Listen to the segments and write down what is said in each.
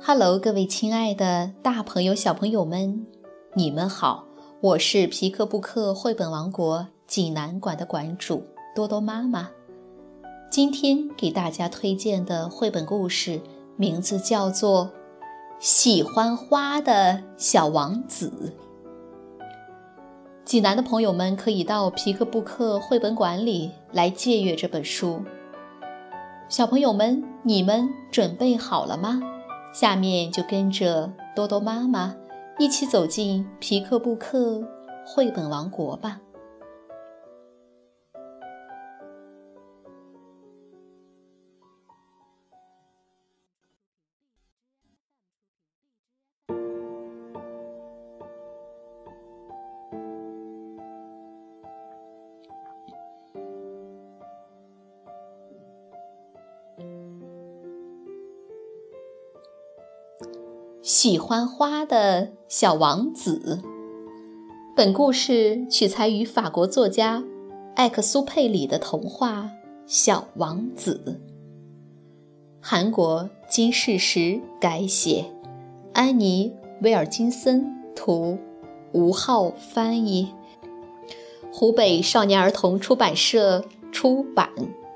Hello， 各位亲爱的大朋友小朋友们，你们好，我是皮克布克绘本王国济南馆的馆主多多妈妈。今天给大家推荐的绘本故事名字叫做《喜欢花的小王子》。济南的朋友们可以到皮克布克绘本馆里来借阅这本书。小朋友们，你们准备好了吗？下面就跟着多多妈妈一起走进皮克布克绘本王国吧。喜欢花的小王子。本故事取材于法国作家艾克苏佩里的童话《小王子》，韩国金世石改写，安妮·威尔金森图，吴浩翻译，湖北少年儿童出版社出版。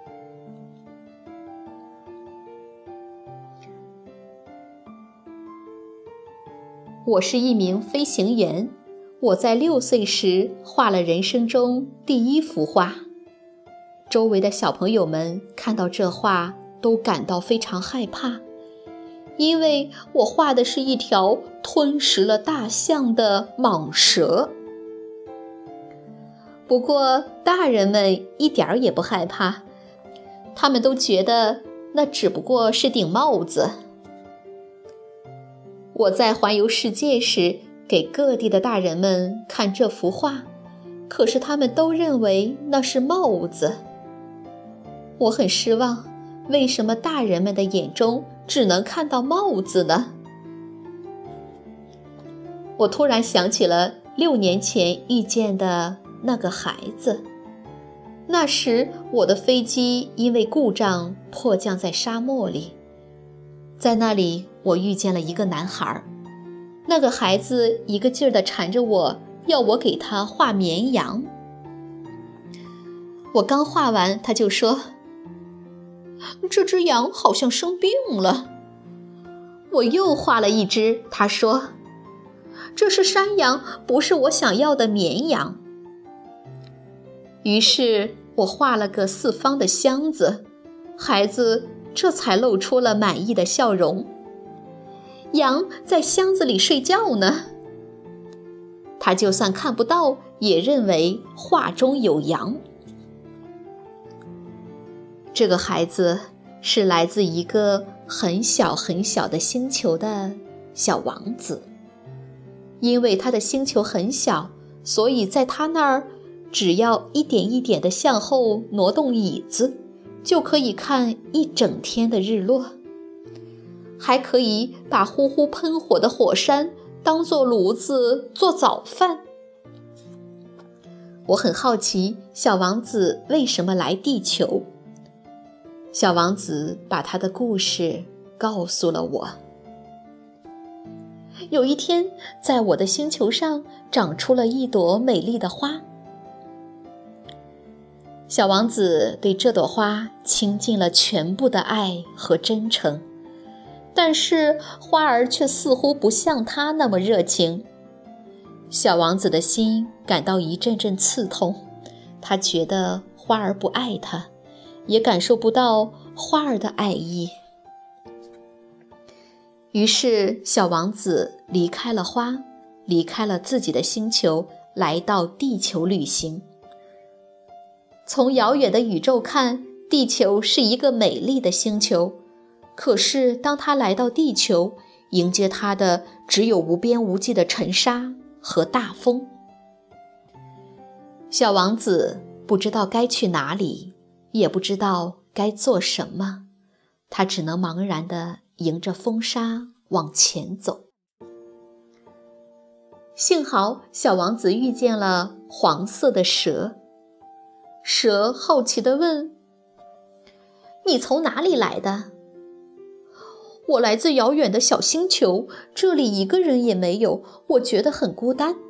我是一名飞行员，我在6岁时画了人生中第一幅画。周围的小朋友们看到这画都感到非常害怕，因为我画的是一条吞食了大象的蟒蛇。不过大人们一点儿也不害怕，他们都觉得那只不过是顶帽子。我在环游世界时给各地的大人们看这幅画，可是他们都认为那是帽子。我很失望，为什么大人们的眼中只能看到帽子呢？我突然想起了6年前遇见的那个孩子。那时我的飞机因为故障迫降在沙漠里，在那里我遇见了一个男孩，那个孩子一个劲儿地缠着我，要我给他画绵羊。我刚画完，他就说：“这只羊好像生病了。”我又画了一只，他说：“这是山羊，不是我想要的绵羊。”于是我画了个4方的箱子，孩子这才露出了满意的笑容。羊在箱子里睡觉呢。他就算看不到，也认为画中有羊。这个孩子是来自一个很小很小的星球的小王子。因为他的星球很小，所以在他那儿，只要一点一点地向后挪动椅子，就可以看一整天的日落，还可以把呼呼喷火的火山当作炉子做早饭。我很好奇小王子为什么来地球。小王子把他的故事告诉了我。有一天，在我的星球上长出了一朵美丽的花。小王子对这朵花倾尽了全部的爱和真诚，但是花儿却似乎不像他那么热情。小王子的心感到一阵阵刺痛，他觉得花儿不爱他，也感受不到花儿的爱意。于是小王子离开了花，离开了自己的星球，来到地球旅行。从遥远的宇宙看，地球是一个美丽的星球，可是当他来到地球，迎接他的只有无边无际的尘沙和大风。小王子不知道该去哪里，也不知道该做什么，他只能茫然地迎着风沙往前走。幸好小王子遇见了黄色的蛇。蛇好奇地问：“你从哪里来的？”“ 我来自遥远的小星球，这里一个人也没有，我觉得很孤单。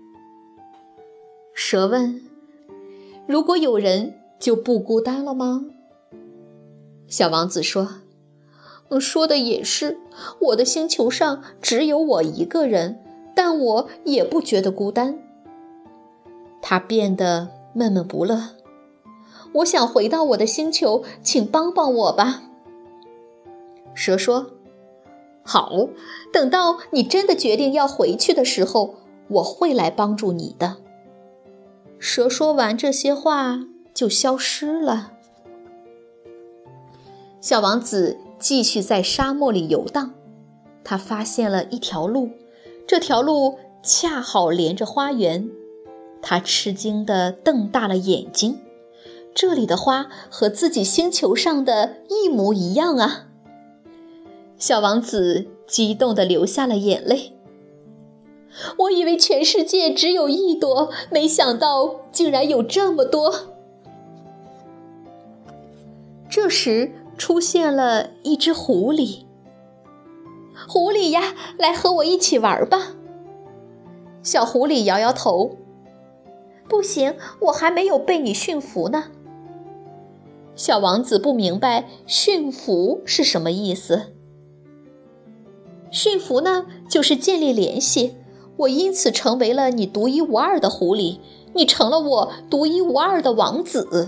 蛇问：如果有人，就不孤单了吗？小王子说：说的也是，我的星球上只有我一个人，但我也不觉得孤单。他变得闷闷不乐。我想回到我的星球，请帮帮我吧。蛇说：好，等到你真的决定要回去的时候，我会来帮助你的。蛇说完这些话就消失了。小王子继续在沙漠里游荡，他发现了一条路，这条路恰好连着花园。他吃惊地瞪大了眼睛，这里的花和自己星球上的一模一样啊！小王子激动地流下了眼泪。我以为全世界只有一朵，没想到竟然有这么多。这时出现了一只狐狸。狐狸呀，来和我一起玩吧。小狐狸摇摇头。不行，我还没有被你驯服呢。小王子不明白驯服是什么意思。驯服呢，就是建立联系，我因此成为了你独一无二的狐狸，你成了我独一无二的王子。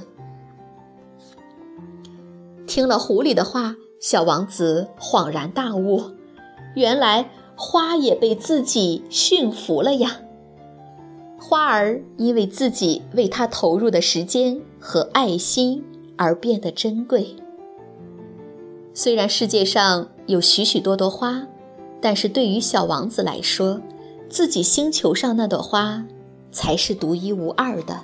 听了狐狸的话，小王子恍然大悟，原来花也被自己驯服了呀。花儿因为自己为它投入的时间和爱心而变得珍贵。虽然世界上有许许多多花，但是对于小王子来说，自己星球上那朵花才是独一无二的。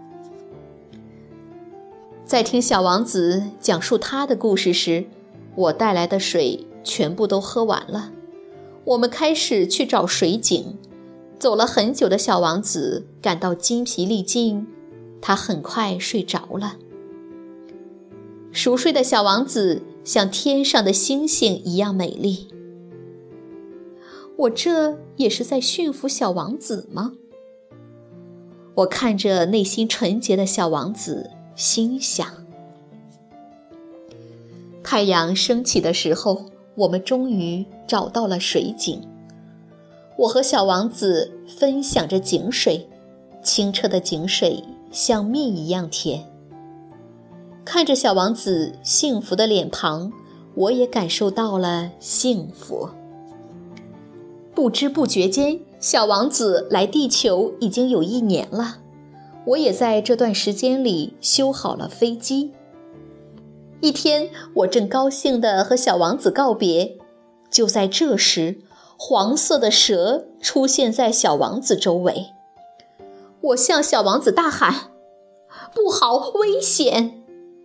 在听小王子讲述他的故事时，我带来的水全部都喝完了。我们开始去找水井，走了很久的小王子感到筋疲力尽，他很快睡着了。熟睡的小王子像天上的星星一样美丽。我这也是在驯服小王子吗？我看着内心纯洁的小王子，心想。太阳升起的时候，我们终于找到了水井。我和小王子分享着井水，清澈的井水像蜜一样甜。看着小王子幸福的脸庞，我也感受到了幸福。不知不觉间，小王子来地球已经有1年了。我也在这段时间里修好了飞机。一天，我正高兴地和小王子告别，就在这时，黄色的蛇出现在小王子周围。我向小王子大喊：不好，危险！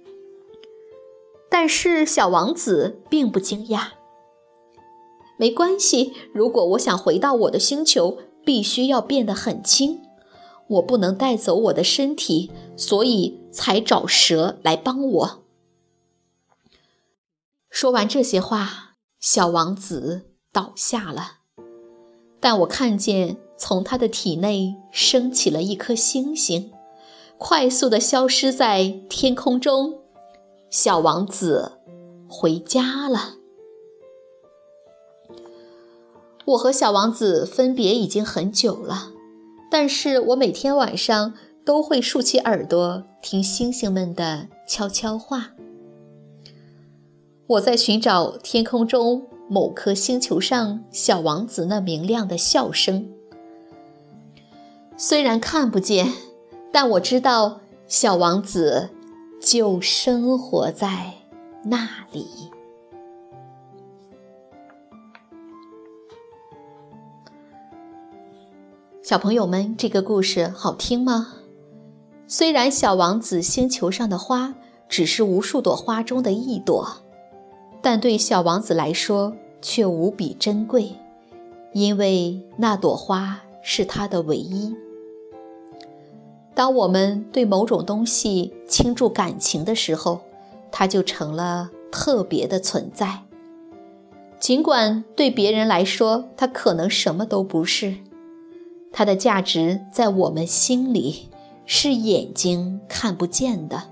但是小王子并不惊讶。没关系，如果我想回到我的星球，必须要变得很轻。我不能带走我的身体，所以才找蛇来帮我。说完这些话，小王子倒下了。但我看见从他的体内升起了一颗星星，快速地消失在天空中。小王子回家了。我和小王子分别已经很久了，但是我每天晚上都会竖起耳朵听星星们的悄悄话。我在寻找天空中某颗星球上小王子那明亮的笑声。虽然看不见，但我知道小王子就生活在那里。小朋友们，这个故事好听吗？虽然小王子星球上的花只是无数朵花中的一朵，但对小王子来说却无比珍贵，因为那朵花是他的唯一。当我们对某种东西倾注感情的时候，它就成了特别的存在。 尽管对别人来说，它可能什么都不是，它的价值在我们心里，是眼睛看不见的。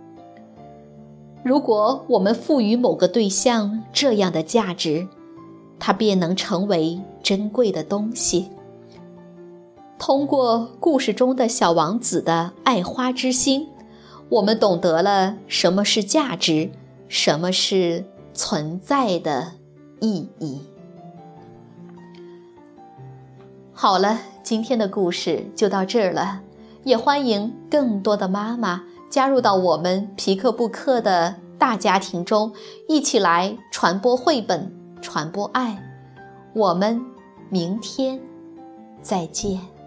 如果我们赋予某个对象这样的价值，它便能成为珍贵的东西。通过故事中的小王子的爱花之心，我们懂得了什么是价值，什么是存在的意义。好了，今天的故事就到这儿了，也欢迎更多的妈妈加入到我们皮克布克的大家庭中，一起来传播绘本，传播爱。我们明天再见。